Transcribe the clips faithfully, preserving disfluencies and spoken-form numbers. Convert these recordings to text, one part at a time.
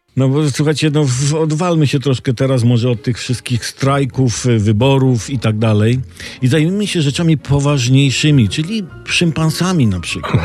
No bo słuchajcie, no w- odwalmy się troszkę teraz może od tych wszystkich strajków, y, wyborów i tak dalej i zajmijmy się rzeczami poważniejszymi, czyli szympansami na przykład.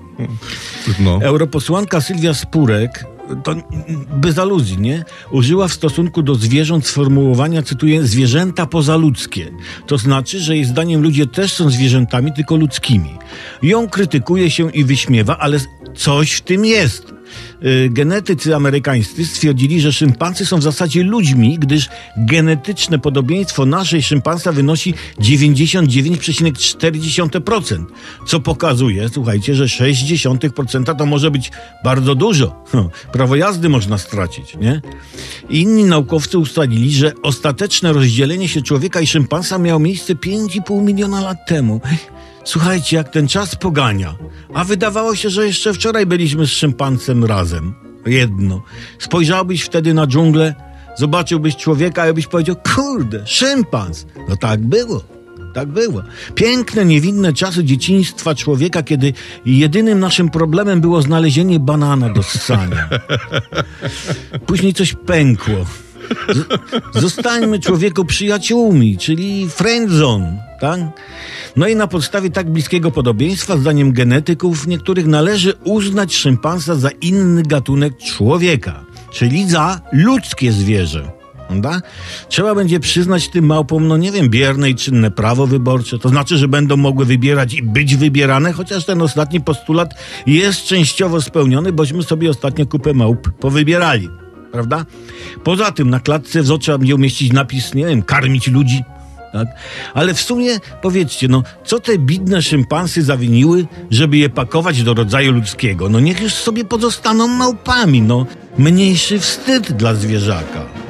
No. Europosłanka Sylwia Spurek, to bez aluzji, nie? Użyła w stosunku do zwierząt sformułowania, cytuję, zwierzęta pozaludzkie. To znaczy, że jej zdaniem ludzie też są zwierzętami, tylko ludzkimi. Ją krytykuje się i wyśmiewa, ale coś w tym jest. Yy, genetycy amerykańscy stwierdzili, że szympansy są w zasadzie ludźmi, gdyż genetyczne podobieństwo naszej szympansa wynosi dziewięćdziesiąt dziewięć przecinek cztery procent, co pokazuje, słuchajcie, że sześć dziesiątych procent to może być bardzo dużo. Hm, prawo jazdy można stracić, nie? Inni naukowcy ustalili, że ostateczne rozdzielenie się człowieka i szympansa miało miejsce pięć i pół miliona lat temu. Słuchajcie, jak ten czas pogania. A wydawało się, że jeszcze wczoraj byliśmy z szympansem razem. Jedno. Spojrzałbyś wtedy na dżunglę, zobaczyłbyś człowieka i byś powiedział, kurde, szympans. No tak było. Tak było. Piękne, niewinne czasy dzieciństwa człowieka, kiedy jedynym naszym problemem było znalezienie banana do ssania. Później coś pękło. Z- zostańmy człowieku przyjaciółmi, czyli friendzone, tak? No i na podstawie tak bliskiego podobieństwa, zdaniem genetyków niektórych, należy uznać szympansa za inny gatunek człowieka, czyli za ludzkie zwierzę. Prawda? Trzeba będzie przyznać tym małpom, no nie wiem, bierne i czynne prawo wyborcze. To znaczy, że będą mogły wybierać i być wybierane, chociaż ten ostatni postulat jest częściowo spełniony, bośmy sobie ostatnio kupę małp powybierali. Prawda? Poza tym na klatce w trzeba będzie umieścić napis, nie wiem, karmić ludzi. Tak? Ale w sumie powiedzcie, no co te bidne szympansy zawiniły, żeby je pakować do rodzaju ludzkiego? No niech już sobie pozostaną małpami, no mniejszy wstyd dla zwierzaka.